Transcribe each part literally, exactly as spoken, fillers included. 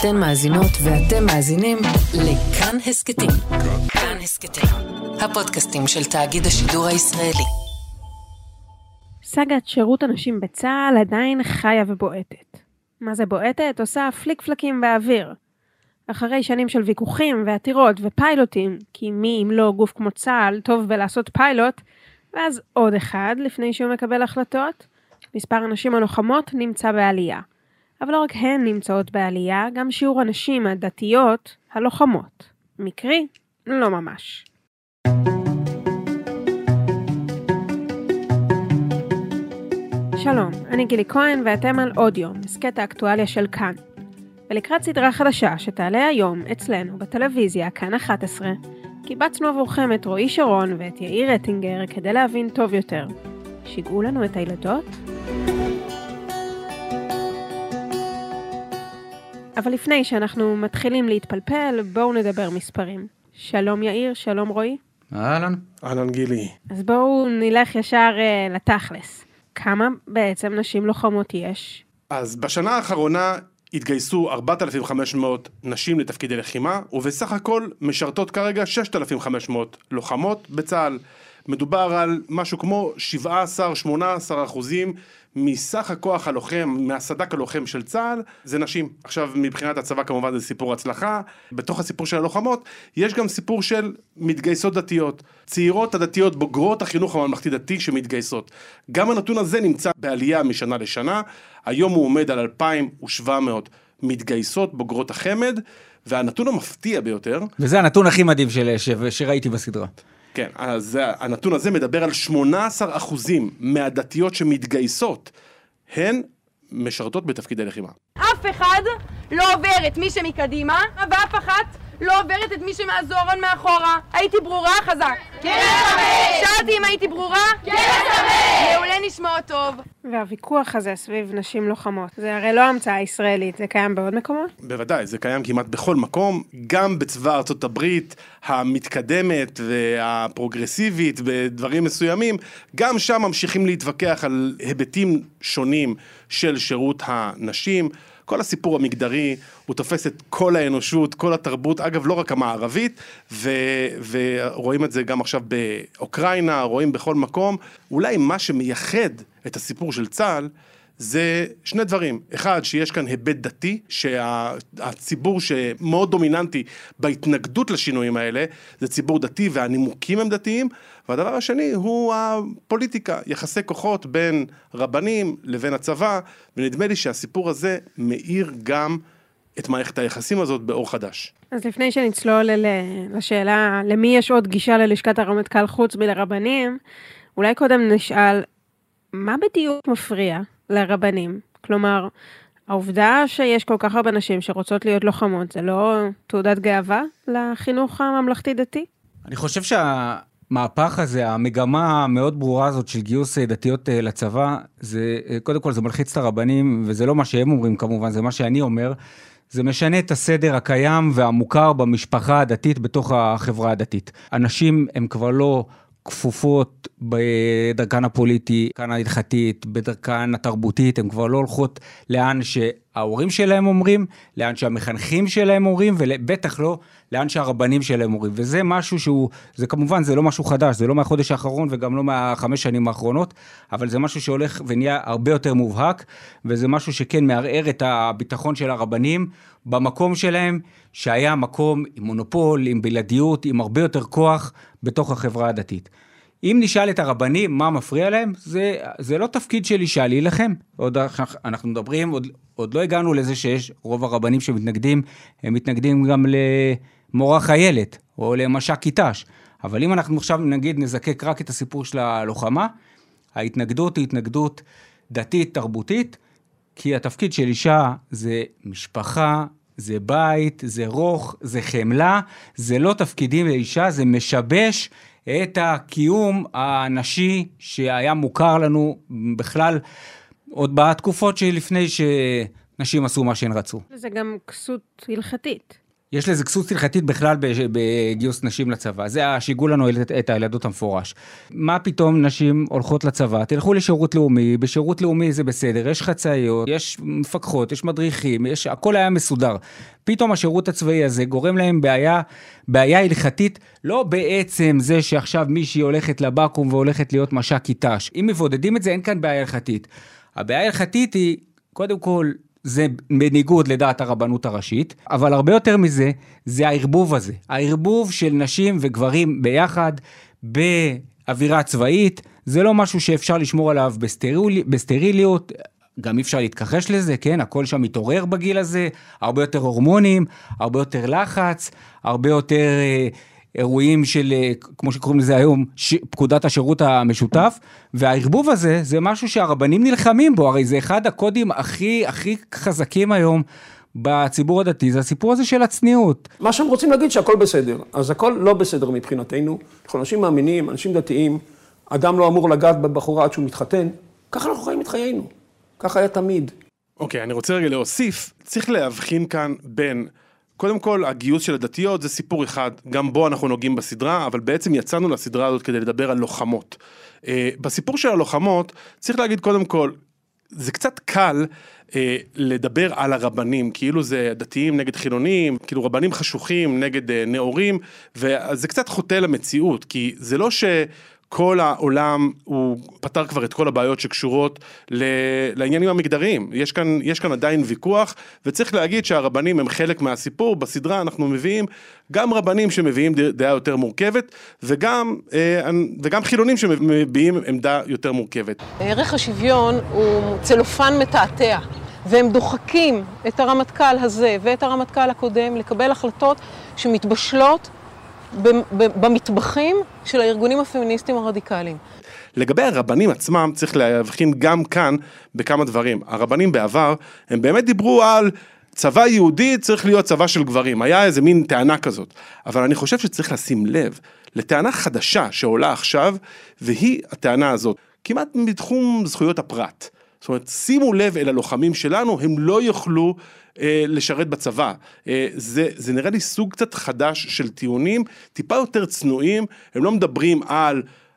אתן מאזינות ואתם מאזינים לכאן הסקטים. כאן הסקטים, הפודקאסטים של תאגיד השידור הישראלי. סגת שירות הנשים בצה"ל עדיין חיה ובועטת. מה זה בועטת? עושה פליק פלקים באוויר. אחרי שנים של ויכוחים ועתירות ופיילוטים, כי מי אם לא גוף כמו צה"ל טוב בלעשות פיילוט, ואז עוד אחד לפני שהוא מקבל החלטות, מספר הנשים הלוחמות נמצא בעלייה. אבל לא רק הן נמצאות בעלייה, גם שיעור הנשים הדתיות הלוחמות. מקרי? לא ממש. שלום, אני גילי כהן ואתם על אודיו, מסקט האקטואליה של כאן. ולקראת סדרה חדשה שתעלה היום אצלנו בטלוויזיה כאן אחת עשרה, קיבצנו עבורכם את רועי שרון ואת יאיר רטינגר כדי להבין טוב יותר. שיגעו לנו את הילדות. אבל לפני שאנחנו מתחילים להתפלפל, בואו נדבר מספרים. שלום יאיר, שלום רועי. אהלן. אהלן גילי. אז בואו נלך ישר uh, לתכלס. כמה בעצם נשים לוחמות יש? אז בשנה האחרונה התגייסו ארבעת אלפים וחמש מאות נשים לתפקידי לחימה, ובסך הכל משרתות כרגע שישת אלפים וחמש מאות לוחמות בצה"ל. מדובר על משהו כמו שבעה עשר שמונה עשר אחוזים מסך הכוח הלוחם, מהסדק הלוחם של צה"ל, זה נשים. עכשיו מבחינת הצבא כמובן זה סיפור הצלחה. בתוך הסיפור של הלוחמות יש גם סיפור של מתגייסות דתיות. צעירות הדתיות בוגרות החינוך הממלכתי דתי שמתגייסות. גם הנתון הזה נמצא בעלייה משנה לשנה. היום הוא עומד על אלפיים ושבע מאות מתגייסות בוגרות החמד, והנתון המפתיע ביותר. וזה הנתון הכי מדהים של, ש... שראיתי בסדרה. כן, אז הנתון הזה מדבר על שמונה עשר אחוזים מהדתיות שמתגייסות, הן משרתות בתפקידי לחימה. אף אחד לא עובר את מי שמקדימה, ואף אחת לא עוברת את מי שמאזורן מאחורה. הייתי ברורה חזק? כן, סמך! שאלתי אם הייתי ברורה? כן, סמך! מעולה נשמע טוב. והוויכוח הזה סביב נשים לוחמות, זה הרי לא המצאה ישראלית, זה קיים בעוד מקומות? בוודאי, זה קיים כמעט בכל מקום, גם בצבא ארצות הברית המתקדמת והפרוגרסיבית בדברים מסוימים, גם שם ממשיכים להתווכח על היבטים שונים של שירות הנשים. כל הסיפור המגדרי, הוא תופס את כל האנושות, כל התרבות, אגב לא רק המערבית, ו- ורואים את זה גם עכשיו באוקראינה, רואים בכל מקום. אולי מה שמייחד את הסיפור של צה"ל, זה שני דברים. אחד, שיש כאן היבט דתי, שהציבור שמאוד דומיננטי בהתנגדות לשינויים האלה, זה ציבור דתי והנימוקים הם דתיים, והדבר השני הוא הפוליטיקה, יחסי כוחות בין רבנים לבין הצבא, ונדמה לי שהסיפור הזה מאיר גם את מערכת היחסים הזאת באור חדש. אז לפני שנצלול לשאלה למי יש עוד גישה ללשכת הרמטכ"ל חוץ מלרבנים, אולי קודם נשאל, מה בדיוק מפריע לרבנים? כלומר, העובדה שיש כל כך הרבה נשים שרוצות להיות לוחמות, זה לא תעודת גאווה לחינוך הממלכתי דתי? אני חושב שהמהפך הזה, המגמה המאוד ברורה הזאת של גיוס דתיות לצבא, זה, קודם כל זה מלחיץ את הרבנים, וזה לא מה שהם אומרים כמובן, זה מה שאני אומר, זה משנה את הסדר הקיים והמוכר במשפחה הדתית בתוך החברה הדתית. אנשים הם כבר לא כפופות בדרכן הפוליטי, בדרכן ההלכתית, בדרכן התרבותית, הן כבר לא הולכות לאן שההורים שלהם אומרים, לאן שהמחנכים שלהם אומרים, ובטח לא לאן שהרבנים שלהם אומרים. וזה משהו שהוא, זה כמובן, זה לא משהו חדש, זה לא מהחודש האחרון וגם לא מהחמש שנים האחרונות, אבל זה משהו שהולך ונהיה הרבה יותר מובהק, וזה משהו שכן מערער את הביטחון של הרבנים במקום שלהם, שהיה מקום עם מונופול, עם בלעדיות, עם הרבה יותר כוח בתוך החברה הדתית. אם נשאל את הרבנים מה מפריע להם, זה, זה לא תפקיד של אישה להילחם. עוד אנחנו מדברים, עוד, עוד לא הגענו לזה שיש רוב הרבנים שמתנגדים, הם מתנגדים גם למורה חיילת, או למשק כיתש. אבל אם אנחנו עכשיו נגיד נזקק רק את הסיפור של הלוחמה, ההתנגדות היא התנגדות דתית, תרבותית, כי התפקיד של אישה זה משפחה, זה בית, זה רוח, זה חמלה, זה לא תפקידים לאישה, זה משבש את הקיום הנשי שהיה מוכר לנו בכלל עוד בתקופות שלפני שנשים עשו מה שהן רצו. זה גם כסות הלכתית. יש לזה כסות הלכתית בכלל בגיוס נשים לצבא, זה השיגעו לנו את הילדות המפורש. מה פתאום נשים הולכות לצבא? תלכו לשירות לאומי, בשירות לאומי זה בסדר, יש חצאיות, יש מפקחות, יש מדריכים, יש, הכל היה מסודר. פתאום השירות הצבאי הזה גורם להם בעיה, בעיה הלכתית, לא בעצם זה שעכשיו מישהי הולכת לבקו"ם והולכת להיות מש"ק ת"ש. אם מבודדים את זה, אין כאן בעיה הלכתית. הבעיה הלכתית היא, קודם כל, זה בניגוד לדעת הרבנות הראשית, אבל הרבה יותר מזה, זה הערבוב הזה. הערבוב של נשים וגברים ביחד, באווירה צבאית, זה לא משהו שאפשר לשמור עליו בסטרילי, בסטריליות, גם אי אפשר להתכחש לזה, כן? הכל שם מתעורר בגיל הזה, הרבה יותר הורמונים, הרבה יותר לחץ, הרבה יותר אה, אירועים של, אה, כמו שקוראים לזה היום, ש... פקודת השירות המשותף, והערבוב הזה, זה משהו שהרבנים נלחמים בו, הרי זה אחד הקודים הכי, הכי חזקים היום בציבור הדתי, זה הסיפור הזה של הצניעות. מה שהם רוצים להגיד שהכל בסדר, אז הכל לא בסדר מבחינתנו, אנחנו אנשים מאמינים, אנשים דתיים, אדם לא אמור לגעת בבחורה עד שהוא מתחתן, ככה אנחנו חיים את חיינו. ככה היה תמיד. אוקיי, okay, אני רוצה רגע להוסיף, צריך להבחין כאן בין, קודם כל, הגיוס של הדתיות זה סיפור אחד, גם בו אנחנו נוגעים בסדרה, אבל בעצם יצאנו לסדרה הזאת כדי לדבר על לוחמות. Uh, בסיפור של הלוחמות, צריך להגיד קודם כל, זה קצת קל uh, לדבר על הרבנים, כאילו זה דתיים נגד חילונים, כאילו רבנים חשוכים נגד uh, נאורים, וזה קצת חוטא למציאות, כי זה לא ש... כל העולם הוא פתר כבר את כל הבעיות שקשורות לעניינים המגדריים. יש כאן, יש כאן עדיין ויכוח, וצריך להגיד שהרבנים הם חלק מהסיפור. בסדרה אנחנו מביאים גם רבנים שמביאים דעה יותר מורכבת, וגם, וגם חילונים שמביאים עמדה יותר מורכבת. ערך השוויון הוא צלופן מתעתע, והם דוחקים את הרמטכ"ל הזה ואת הרמטכ"ל הקודם לקבל החלטות שמתבשלות במטבחים של הארגונים הפמיניסטיים הרדיקליים. לגבי הרבנים עצמם צריך להבחין גם כאן בכמה דברים. הרבנים בעבר הם באמת דיברו על צבא יהודי צריך להיות צבא של גברים. היה איזה מין טענה כזאת. אבל אני חושב שצריך לשים לב לטענה חדשה שעולה עכשיו, והיא הטענה הזאת. כמעט מתחום זכויות הפרט. זאת אומרת, שימו לב אל הלוחמים שלנו, הם לא יוכלו אה, לשרת בצבא. אה, זה, זה נראה לי סוג קצת חדש של טיעונים, טיפה יותר צנועים, הם לא מדברים על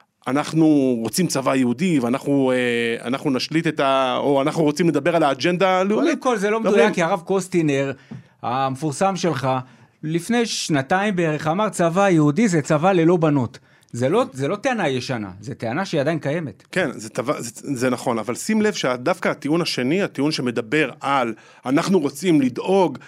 אנחנו רוצים צבא יהודי, ואנחנו אה, אנחנו נשליט את ה... או אנחנו רוצים לדבר על האג'נדה הלאומית. קודם כל זה לא מדויק, כי הרב קוסטינר, המפורסם שלך, לפני שנתיים בערך אמר צבא יהודי זה צבא ללא בנות. זה לא, זה לא טענה ישנה, זה טענה שהיא עדיין קיימת. כן, זה, זה, זה נכון, אבל שים לב שדווקא הטיעון השני, הטיעון שמדבר על, אנחנו רוצים לדאוג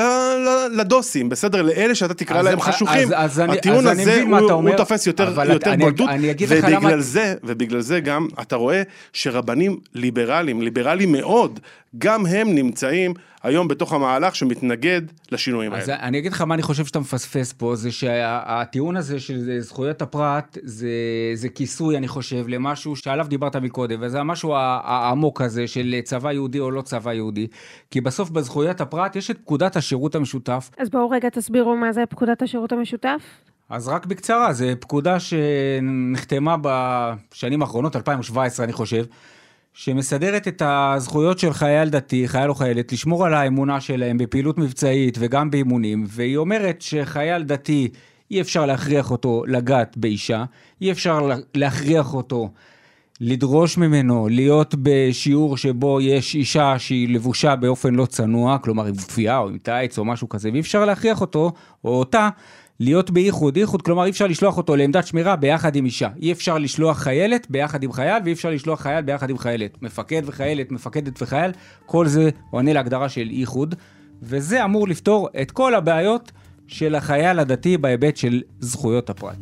לדוסים, בסדר, לאלה שאתה תקרא להם חשוכים, אז, אז הטיעון אני, הזה הוא, הוא תופס יותר, יותר אני, בולטות, אני, אני ובגלל למה... זה, ובגלל זה גם אתה רואה שרבנים ליברליים, ליברליים מאוד, גם הם נמצאים היום בתוך המהלך שמתנגד לשינויים אז האלה. אני אגיד לך מה אני חושב שאתה מפספס פה, זה שהטיעון הזה של זכויות הפרט, זה, זה כיסוי אני חושב למשהו שעליו דיברת מקודם, וזה המשהו העמוק הזה של צבא יהודי או לא צבא יהודי, כי בסוף בזכויות הפרט יש את פקודת השירות המשותף. אז בואו רגע תסבירו מה זה פקודת השירות המשותף. אז רק בקצרה, זה פקודה שנחתמה בשנים האחרונות, אלפיים שבע עשרה אני חושב, שמסדרת את הזכויות של חייל דתי, חייל או חיילת, לשמור על האמונה שלהם בפעילות מבצעית וגם באימונים, והיא אומרת שחייל דתי אי אפשר להכריח אותו לגעת באישה, אי אפשר להכריח אותו לדרוש ממנו להיות בשיעור שבו יש אישה שהיא לבושה באופן לא צנוע, כלומר עם כפייה או עם טייץ או משהו כזה, ואי אפשר להכריח אותו או אותה להיות בייחוד, ייחוד, כלומר אי אפשר לשלוח אותו לעמדת שמירה ביחד עם אישה, אי אפשר לשלוח חיילת ביחד עם חייל, ואי אפשר לשלוח חייל ביחד עם חיילת, מפקד וחיילת, מפקדת וחייל, כל זה עונה להגדרה של ייחוד, וזה אמור לפתור את כל הבעיות של החייל הדתי בהיבט של זכויות הפרט.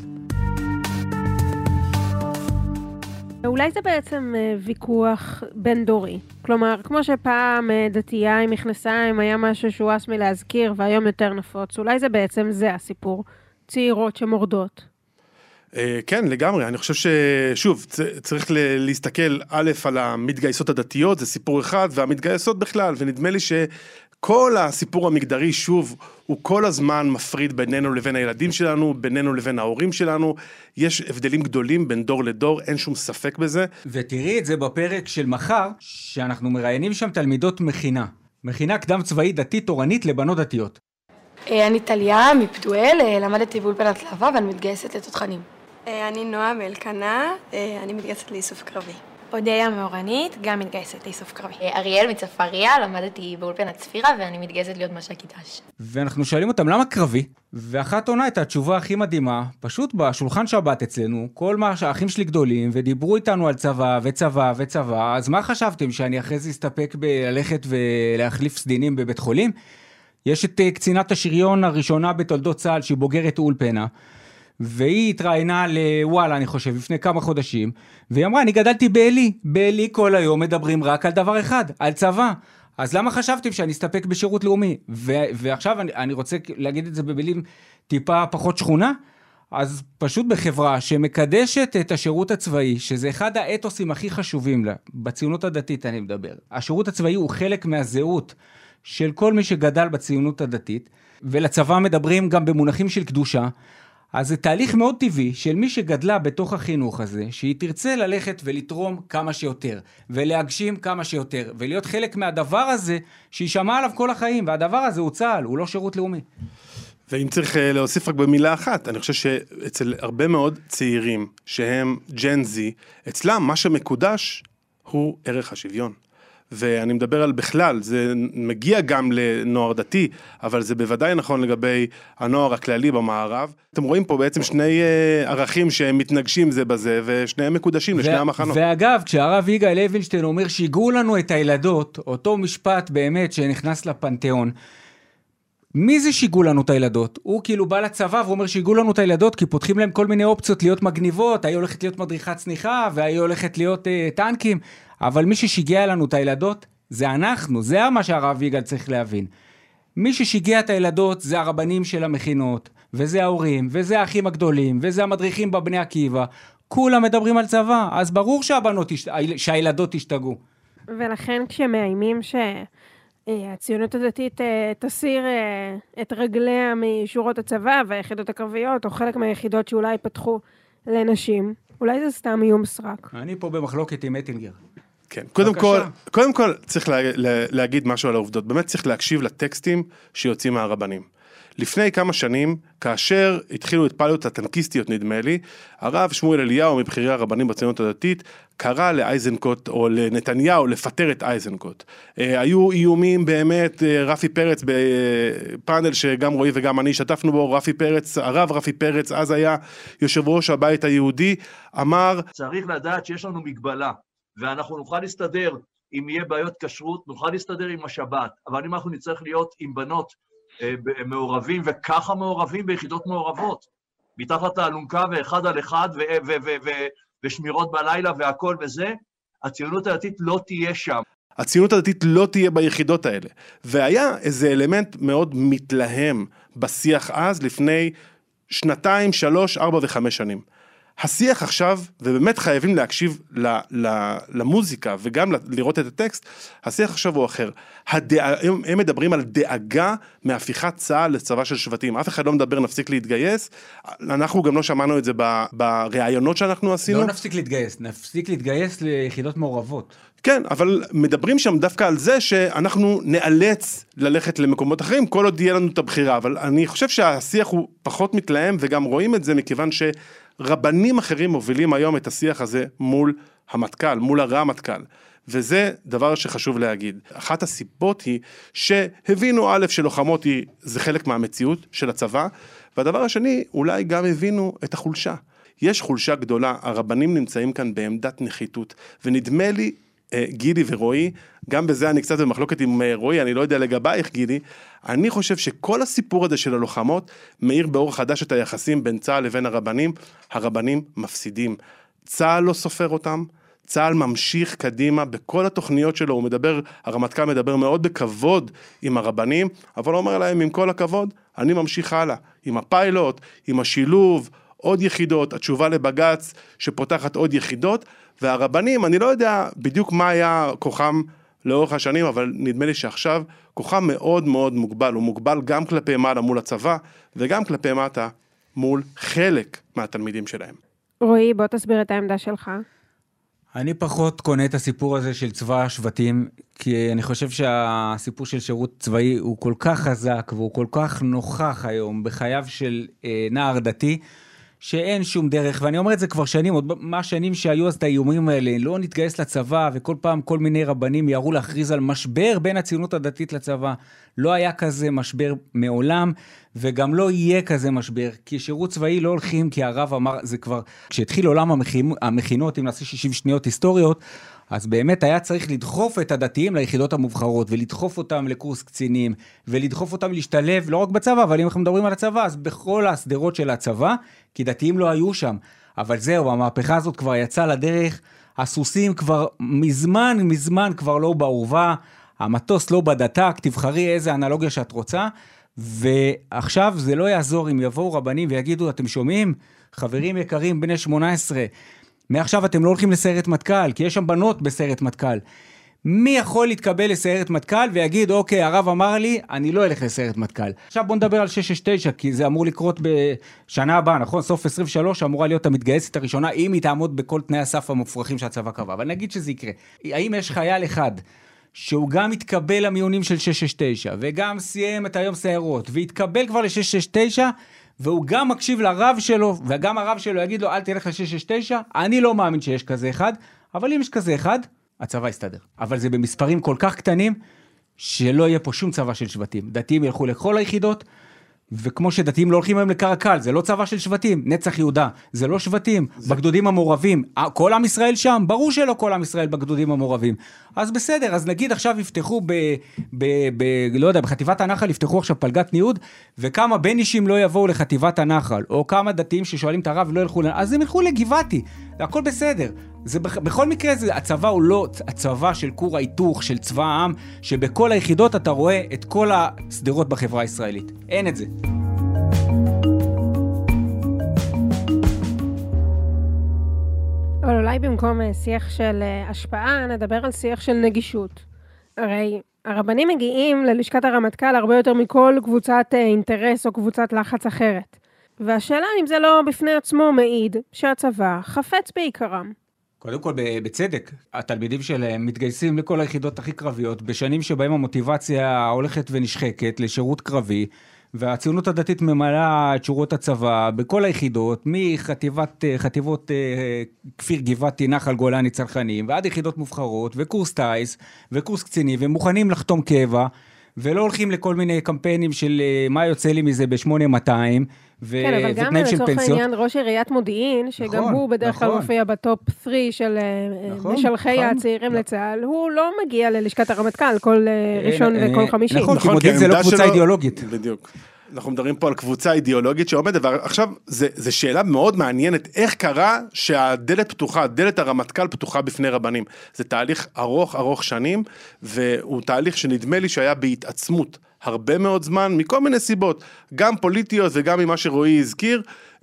אולי זה בעצם ויכוח בין דורי, כלומר, כמו שפעם דתייה עם מכנסיים היה משהו שהוא אס מלהזכיר והיום יותר נפוץ, אולי זה בעצם זה הסיפור, צעירות שמורדות. כן, לגמרי, אני חושב ששוב, צריך להסתכל א' על המתגייסות הדתיות, זה סיפור אחד, והמתגייסות בכלל, ונדמה לי שכל הסיפור המגדרי שוב, הוא כל הזמן מפריד בינינו לבין הילדים שלנו, בינינו לבין ההורים שלנו, יש הבדלים גדולים בין דור לדור, אין שום ספק בזה. ותראי את זה בפרק של מחר, שאנחנו מראיינים שם תלמידות מכינה, מכינה קדם צבאית דתית תורנית לבנות דתיות. אני טליה מפדואל, למדתי באולפנת להבה ואני מתגייסת לתותחנים. אני נועה מאלקנה, אני מתגייסת לאיסוף קרבי. אודיה מאורנית, גם מתגייסת לאיסוף קרבי. אריאל מצפריה, למדתי באולפנת צפירה ואני מתגייסת להיות מש"קית ת"ש. ואנחנו שואלים אותם למה קרבי, ואחת עונה את התשובה הכי מדהימה, פשוט בשולחן שבת אצלנו, כל מה שהאחים שלי גדולים ודיברו איתנו על צבא וצבא וצבא, אז מה חשבתם, שאני אחרי זה אסתפק בללכת ולהחליף סדינים בבית חולים? יש את קצינת השריון הראשונה בתולדות צה"ל שהיא בוגרת אולפנה, והיא התראיינה לוואלה אני חושב לפני כמה חודשים, והיא אמרה אני גדלתי באלי, באלי כל היום מדברים רק על דבר אחד, על צבא, אז למה חשבתם שאני אסתפק בשירות לאומי? ו- ועכשיו אני, אני רוצה להגיד את זה במילים טיפה פחות שכונה, אז פשוט בחברה שמקדשת את השירות הצבאי, שזה אחד האתוסים הכי חשובים לה, בציונות הדתית אני מדבר, השירות הצבאי הוא חלק מהזהות של כל מי שגדל בציונות הדתית, ולצבא מדברים גם במונחים של קדושה, אז זה תהליך מאוד טבעי של מי שגדלה בתוך החינוך הזה, שהיא תרצה ללכת ולתרום כמה שיותר, ולהגשים כמה שיותר, ולהיות חלק מהדבר הזה שהיא שמעה עליו כל החיים, והדבר הזה הוא צה"ל, הוא לא שירות לאומי. ואם צריך להוסיף רק במילה אחת, אני חושב שאצל הרבה מאוד צעירים שהם ג'ן זי, אצלם מה שמקודש הוא ערך השוויון. ואני מדבר על בכלל, זה מגיע גם לנוער דתי, אבל זה בוודאי נכון לגבי הנוער הכללי במערב. אתם רואים פה בעצם שני ערכים שהם מתנגשים זה בזה, ושניהם מקודשים לשני המחנות. ואגב, כשהרב יגאל לוינשטיין אומר שיגעו לנו את הילדות, אותו משפט באמת שנכנס לפנתיאון, מי זה שיגעו לנו את הילדות? הוא כאילו בא לצבא ואומר שיגעו לנו את הילדות, כי פותחים להם כל מיני אופציות להיות מגניבות, היא הולכת להיות מדריכת צניחה, והיא הולכת להיות uh, טנקים, אבל מי ששיגע לנו את הילדות, זה אנחנו, זה מה שהרב יגאל צריך להבין. מי ששיגע את הילדות, זה הרבנים של המכינות, וזה ההורים, וזה האחים הגדולים, וזה המדריכים בבני עקיבא, כולם מדברים על צבא, אז ברור שהבנות, שהילדות תשתגעו. ולכן כשמאיימים ש... הציונות הדתית תסיר את רגליה משורות הצבא והיחידות הקרביות, או חלק מהיחידות שאולי פתחו לנשים. אולי זה סתם איום סרק. אני פה במחלוקת עם אטינגר. כן, קודם כל, קודם כל צריך לה, לה, להגיד משהו על העובדות. באמת צריך להקשיב לטקסטים שיוצאים מהרבנים. לפני כמה שנים, כאשר התחילו את פיילוט הטנקיסטיות נדמה לי, הרב שמואל אליהו מבחירי הרבנים בציונות הדתית, קרא לאייזנקוט או לנתניהו לפטר את אייזנקוט. היו איומים באמת, רפי פרץ בפאנל שגם רועי וגם אני שתפנו בו, רפי פרץ, הרב רפי פרץ, אז היה יושב ראש הבית היהודי, אמר... צריך לדעת שיש לנו מגבלה, ואנחנו נוכל להסתדר אם יהיה בעיות כשרות, נוכל להסתדר עם השבת, אבל אם אנחנו נצטרך להיות עם בנות, מעורבים, וככה מעורבים ביחידות מעורבות, מתחת לאלונקה ואחד על אחד ו- ו- ו- ו- ושמירות בלילה והכל וזה, הציונות הדתית לא תהיה שם. הציונות הדתית לא תהיה ביחידות האלה, והיה איזה אלמנט מאוד מתלהם בשיח אז לפני שנתיים, שלוש, ארבע וחמש שנים. השיח עכשיו, ובאמת חייבים להקשיב למוזיקה וגם לראות את הטקסט, השיח עכשיו הוא אחר. הדע... הם מדברים על דאגה מהפיכת צה"ל לצבא של שבטים. אף אחד לא מדבר נפסיק להתגייס, אנחנו גם לא שמענו את זה ברעיונות שאנחנו עשינו. לא נפסיק להתגייס, נפסיק להתגייס ליחידות מעורבות. כן, אבל מדברים שם דווקא על זה שאנחנו נאלץ ללכת למקומות אחרים, כל עוד יהיה לנו את הבחירה, אבל אני חושב שהשיח הוא פחות מתלהם, וגם רואים את זה מכיוון שרבנים אחרים מובילים היום את השיח הזה מול המטכ"ל, מול הרמטכ"ל, וזה דבר שחשוב להגיד. אחת הסיבות היא שהבינו א' שלוחמות היא, זה חלק מהמציאות של הצבא, והדבר השני, אולי גם הבינו את החולשה. יש חולשה גדולה, הרבנים נמצאים כאן בעמדת נחיתות, ונדמה לי, גידי ורועי, גם בזה אני קצת במחלוקת עם רועי, אני לא יודע לגבייך גידי, אני חושב שכל הסיפור הזה של הלוחמות, מאיר באור חדש את היחסים בין צה"ל לבין הרבנים, הרבנים מפסידים. צה"ל לא סופר אותם, צה"ל ממשיך קדימה בכל התוכניות שלו, הוא מדבר, הרמטכ"ל מדבר מאוד בכבוד עם הרבנים, אבל הוא אומר להם עם כל הכבוד, אני ממשיך הלאה, עם הפיילוט, עם השילוב, עוד יחידות, התשובה לבג"ץ שפותחת עוד יחידות, והרבנים, אני לא יודע בדיוק מה היה כוחם לאורך השנים, אבל נדמה לי שעכשיו כוחם מאוד מאוד מוגבל, הוא מוגבל גם כלפי מעלה מול הצבא, וגם כלפי מטה מול חלק מהתלמידים שלהם. רועי, בוא תסביר את העמדה שלך. אני פחות קונה את הסיפור הזה של צבא השבטים, כי אני חושב שהסיפור של שירות צבאי הוא כל כך חזק, והוא כל כך נוכח היום בחייו של אה, נער דתי, שאין שום דרך, ואני אומר את זה כבר שנים, עוד מה שנים שהיו אז את האיומים האלה, לא נתגייס לצבא, וכל פעם כל מיני רבנים יראו להכריז על משבר בין הציונות הדתית לצבא. לא היה כזה משבר מעולם, וגם לא יהיה כזה משבר, כי שירות צבאי לא הולכים, כי הרב אמר, זה כבר, כשהתחיל עולם המכינות, אם נעשה שישים שניות היסטוריות, אז באמת היה צריך לדחוף את הדתיים ליחידות המובחרות, ולדחוף אותם לקורס קצינים, ולדחוף אותם להשתלב, לא רק בצבא, אבל אם אנחנו מדברים על הצבא, אז בכל הסדרות של הצבא, כי דתיים לא היו שם. אבל זהו, המהפכה הזאת כבר יצאה לדרך, הסוסים כבר מזמן, מזמן כבר לא בעורבה, המטוס לא בדתק, תבחרי איזה אנלוגיה שאת רוצה, ועכשיו זה לא יעזור אם יבואו רבנים ויגידו, אתם שומעים? חברים יקרים בני שמונה עשרה, מעכשיו אתם לא הולכים לסיירת מטכ"ל, כי יש שם בנות בסיירת מטכ"ל. מי יכול להתקבל לסיירת מטכ"ל ויגיד, אוקיי, הרב אמר לי, אני לא אלך לסיירת מטכ"ל. עכשיו בוא נדבר על שש שש תשע, כי זה אמור לקרות בשנה הבאה, נכון? סוף עשרים ושלוש אמורה להיות המתגייסת הראשונה, אם היא תעמוד בכל תנאי הסף המופרכים שהצבא קבע. אבל נגיד שזה יקרה. האם יש חייל אחד שהוא גם התקבל למיונים של שש שש תשע, וגם סיים את היום סיירות, והתקבל כבר ל-שש שש תשע, והוא גם מקשיב לרב שלו, וגם הרב שלו יגיד לו, אל תלך ל-שש שש תשע, אני לא מאמין שיש כזה אחד, אבל אם יש כזה אחד, הצבא יסתדר. אבל זה במספרים כל כך קטנים, שלא יהיה פה שום צבא של שבטים. דתיים ילכו לכל היחידות, וכמו שדתיים לא הולכים היום לקרקל, זה לא צבא של שבטים, נצח יהודה, זה לא שבטים, זה... בגדודים המעורבים, כל עם ישראל שם, ברור שלא כל עם ישראל בגדודים המעורבים, אז בסדר, אז נגיד עכשיו יפתחו ב, ב, ב, לא יודע, בחטיבת הנחל יפתחו עכשיו פלגת ניוד, וכמה בן אישים לא יבואו לחטיבת הנחל, או כמה דתיים ששואלים את הרב לא ילכו, אז הם ילכו לגבעתי, הכל בסדר, זה בכל מקרה זה, הצבא הוא לא הצבא של כור ההיתוך, של צבא העם, שבכל היחידות אתה רואה את כל הסדרות בחברה הישראלית. אין את זה. אבל אולי במקום שיח של השפעה, נדבר על שיח של נגישות. הרי הרבנים מגיעים ללשכת הרמטכ"ל הרבה יותר מכל קבוצת אינטרס או קבוצת לחץ אחרת. והשאלה אם זה לא בפני עצמו מעיד שהצבא חפץ בעיקרם. קודם כל, בצדק, התלמידים שלהם מתגייסים לכל היחידות הכי קרביות, בשנים שבהם המוטיבציה הולכת ונשחקת לשירות קרבי, והציונות הדתית ממלאה את שורות הצבא בכל היחידות, מחטיבת, חטיבות כפיר גבעתי, נחל גולני צנחנים, ועד יחידות מובחרות, וקורס טייס, וקורס קציני, ומוכנים לחתום קבע, ולא הולכים לכל מיני קמפיינים של מה יוצא לי מזה ב-שמונה מאתיים, כן, אבל גם לצורך העניין ראש עיריית מודיעין, שגם הוא בדרך כלל מופיע בטופ שלוש של משלחי הצעירים לצה"ל, הוא לא מגיע ללשכת הרמטכ"ל כל ראשון וכל חמישי. נכון, כי מודיעין זה לא קבוצה אידיאולוגית. בדיוק. אנחנו מדברים פה על קבוצה אידיאולוגית שעומדת, ועכשיו זו שאלה מאוד מעניינת, איך קרה שהדלת פתוחה, דלת הרמטכ"ל פתוחה בפני רבנים. זה תהליך ארוך ארוך שנים, והוא תהליך שנדמה לי שהיה בהתעצמות הרבה מאוד זמן, מכל מיני סיבות, גם פוליטיות וגם ממה שרועי הזכיר,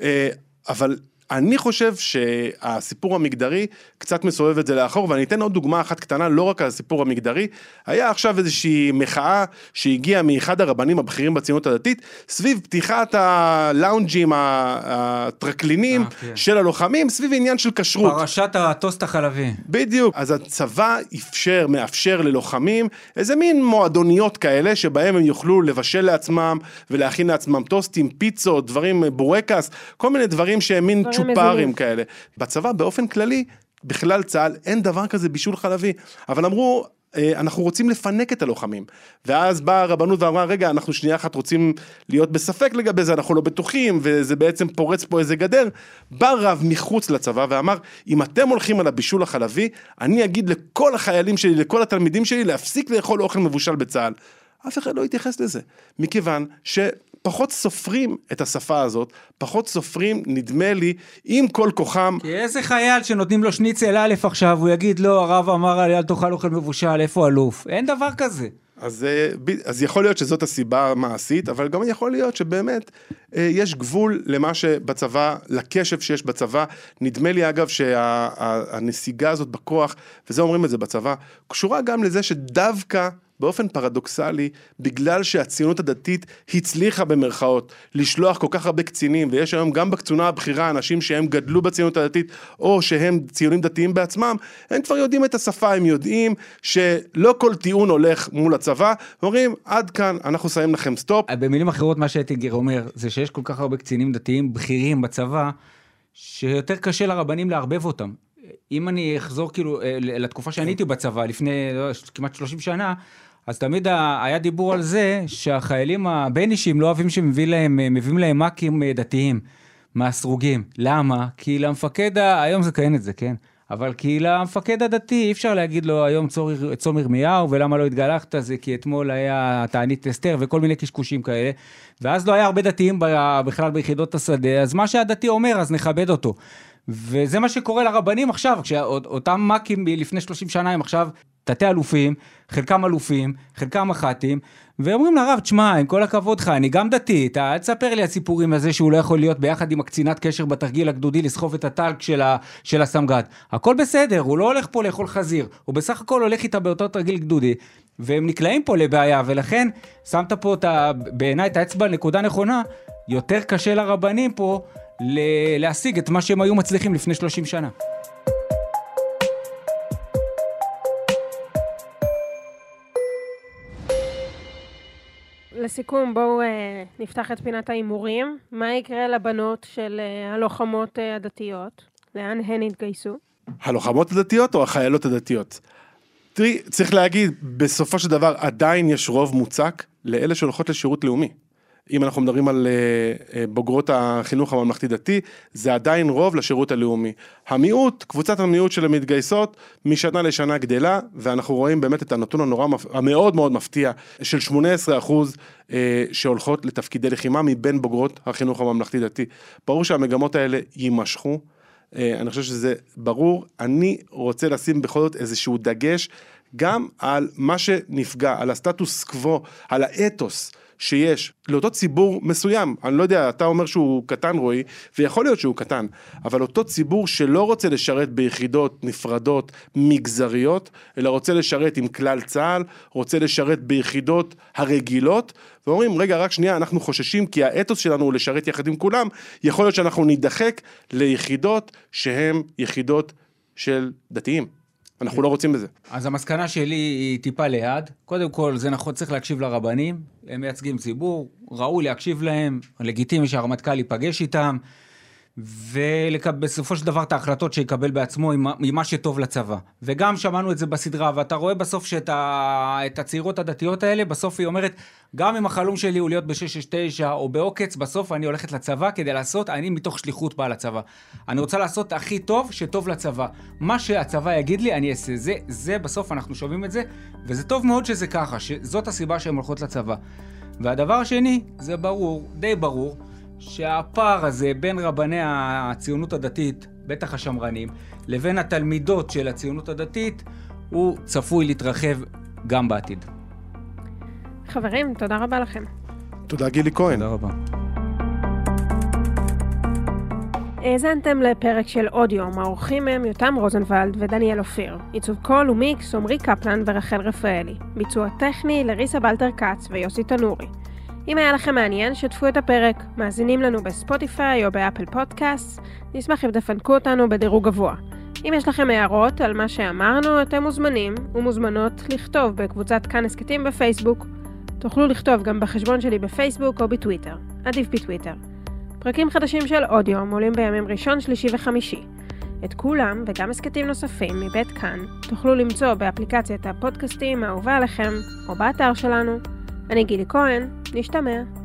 אבל אני חושב שהסיפור המגדרי קצת מסובב את זה לאחור, ואני אתן עוד דוגמה אחת קטנה, לא רק על הסיפור המגדרי, היה עכשיו איזושהי מחאה שהגיעה מאחד הרבנים הבכירים בציונות הדתית, סביב פתיחת הלאונג'ים, הטרקלינים של הלוחמים, סביב עניין של כשרות. פרשת הטוסט החלבי. בדיוק, אז הצבא אפשר, מאפשר ללוחמים, איזה מין מועדוניות כאלה, שבהם הם יוכלו לבשל לעצמם, ולהכין לעצמם טוסטים, פיצות, דברים, בורקס, כל מיני דברים שהם מין צ'ופרים כאלה. בצבא באופן כללי, בכלל צה"ל, אין דבר כזה בישול חלבי, אבל אמרו, אנחנו רוצים לפנק את הלוחמים, ואז באה הרבנות ואמרה, רגע, אנחנו שנייה אחת רוצים להיות בספק לגבי זה, אנחנו לא בטוחים, וזה בעצם פורץ פה איזה גדר, בא רב מחוץ לצבא ואמר, אם אתם הולכים על הבישול החלבי, אני אגיד לכל החיילים שלי, לכל התלמידים שלי, להפסיק לאכול אוכל מבושל בצה"ל. אף אחד לא יתייחס לזה, מכיוון שפחות סופרים את השפה הזאת, פחות סופרים, נדמה לי, עם כל כוחם. כי איזה חייל שנותנים לו שניצל א' עכשיו, הוא יגיד, לא, הרב אמר עלי, אל תאכל אוכל מבושל, איפה אלוף? אין דבר כזה. אז, אז יכול להיות שזאת הסיבה המעשית, אבל גם יכול להיות שבאמת יש גבול למה שבצבא, לקשב שיש בצבא. נדמה לי אגב שהנסיגה הזאת בכוח, וזה אומרים את זה בצבא, קשורה גם לזה שדווקא באופן פרדוקסלי, בגלל שהציונות הדתית הצליחה במרכאות לשלוח כל כך הרבה קצינים, ויש היום גם בקצונה הבכירה אנשים שהם גדלו בציונות הדתית, או שהם ציונים דתיים בעצמם, הם כבר יודעים את השפה, הם יודעים שלא כל טיעון הולך מול הצבא, ואומרים, עד כאן אנחנו שמים לכם סטופ. במילים אחרות מה שאתגר אומר, זה שיש כל כך הרבה קצינים דתיים בכירים בצבא, שיותר קשה לרבנים להרבב אותם. אם אני אחזור כאילו לתקופה שאני הייתי בצבא, לפני כמעט שלושים שנה, אז תמיד היה דיבור על זה שהחיילים הבין-אישיים לא אוהבים שמביאים להם, מביאים להם מקים דתיים מהסרוגים. למה? כי למפקד, היום זה כאין את זה, כן? אבל כי למפקד הדתי אי אפשר להגיד לו היום צום ירמיהו, ולמה לא התגלחת, זה כי אתמול היה תענית אסתר וכל מיני קשקושים כאלה, ואז לא היה הרבה דתיים בכלל ביחידות השדה, אז מה שהדתי אומר, אז נכבד אותו. וזה מה שקורה לרבנים עכשיו, כשאותם מקים לפני שלושים שנה הם עכשיו תתי אלופים, חלקם אלופים, חלקם מח"טים, ואומרים לרב, תשמע, עם כל הכבוד לך, אני גם דתי, אתה אל תספר לי הסיפורים הזה שהוא לא יכול להיות ביחד עם הקצינת קשר בתרגיל הגדודי לסחוב את הטלק של, ה, של הסמג"ד. הכל בסדר, הוא לא הולך פה לאכול חזיר, הוא בסך הכל הולך איתה באותו תרגיל גדודי, והם נקלעים פה לבעיה, ולכן שמת פה את ה, בעיניי את האצבע נקודה נכונה, יותר קשה לרבנים פה להשיג את מה שהם היו מצליחים לפני שלושים שנה. לסיכום, בואו אה, נפתח את פינת האימורים. מה יקרה לבנות של אה, הלוחמות אה, הדתיות? לאן הן התגייסו? הלוחמות הדתיות או החיילות הדתיות? תראי, צריך להגיד, בסופו של דבר עדיין יש רוב מוצק לאלה שהולכות לשירות לאומי. אם אנחנו מדברים על בוגרות החינוך הממלכתי דתי, זה עדיין רוב לשירות הלאומי. המיעוט, קבוצת המיעוט של המתגייסות, משנה לשנה גדלה, ואנחנו רואים באמת את הנתון הנורא, המאוד מאוד מפתיע, של שמונה עשרה אחוז שהולכות לתפקידי לחימה מבין בוגרות החינוך הממלכתי דתי. ברור שהמגמות האלה יימשכו, אני חושב שזה ברור, אני רוצה לשים בכל זאת איזשהו דגש, גם על מה שנפגע, על הסטטוס קוו, על האתוס, שיש לאותו ציבור מסוים, אני לא יודע, אתה אומר שהוא קטן רואי, ויכול להיות שהוא קטן, אבל אותו ציבור שלא רוצה לשרת ביחידות נפרדות מגזריות, אלא רוצה לשרת עם כלל צה"ל, רוצה לשרת ביחידות הרגילות, ואומרים, רגע, רק שנייה, אנחנו חוששים, כי האתוס שלנו הוא לשרת יחד עם כולם, יכול להיות שאנחנו נידחק ליחידות שהן יחידות של דתיים. אנחנו לא רוצים בזה. אז המסקנה שלי היא טיפה ליד. קודם כל, זה נכון, צריך להקשיב לרבנים, הם מייצגים ציבור, ראוי להקשיב להם, לגיטימי שהרמטכ"ל ייפגש איתם, ובסופו של דבר את ההחלטות שיקבל בעצמו עם מה שטוב לצבא. וגם שמענו את זה בסדרה, ואתה רואה בסוף שאת את הצעירות הדתיות האלה, בסוף היא אומרת, גם אם החלום שלי הוא להיות ב-שש שש תשע או בעוקץ, בסוף אני הולכת לצבא כדי לעשות, אני מתוך שליחות באה לצבא. אני רוצה לעשות הכי טוב שטוב לצבא. מה שהצבא יגיד לי, אני אעשה. זה, זה בסוף אנחנו שומעים את זה, וזה טוב מאוד שזה ככה, שזאת הסיבה שהן הולכות לצבא. והדבר השני, זה ברור, די ברור, שהפער הזה בין רבני הציונות הדתית, בטח השמרנים, לבין התלמידות של הציונות הדתית, הוא צפוי להתרחב גם בעתיד. חברים, תודה רבה לכם. תודה גילי כהן. תודה רבה. האזנתם לפרק של אודיו, האורחים הם יותם רוזנבלד ודניאל אופיר. עיצוב קול ומיקס, עמרי קפלן ורחל רפאלי. ביצוע טכני לריסה בלטר קץ ויוסי תנורי. אם היה לכם מעניין, שתפו את הפרק. מאזינים לנו בספוטיפיי או באפל פודקאסט. נשמח אם תפנקו אותנו בדירוג גבוה. אם יש לכם הערות על מה שאמרנו, אתם מוזמנים ומוזמנות לכתוב בקבוצת כאן הסקטים בפייסבוק. תוכלו לכתוב גם בחשבון שלי בפייסבוק או בטוויטר. עדיף בטוויטר. פרקים חדשים של אודיו עולים בימים ראשון, שלישי וחמישי. את כולם וגם הסקטים נוספים מבית כאן תוכלו למצוא באפליקציית הפודקאסטים האהובה עליכם או באתר שלנו. אני גילי כהן, נשתמע.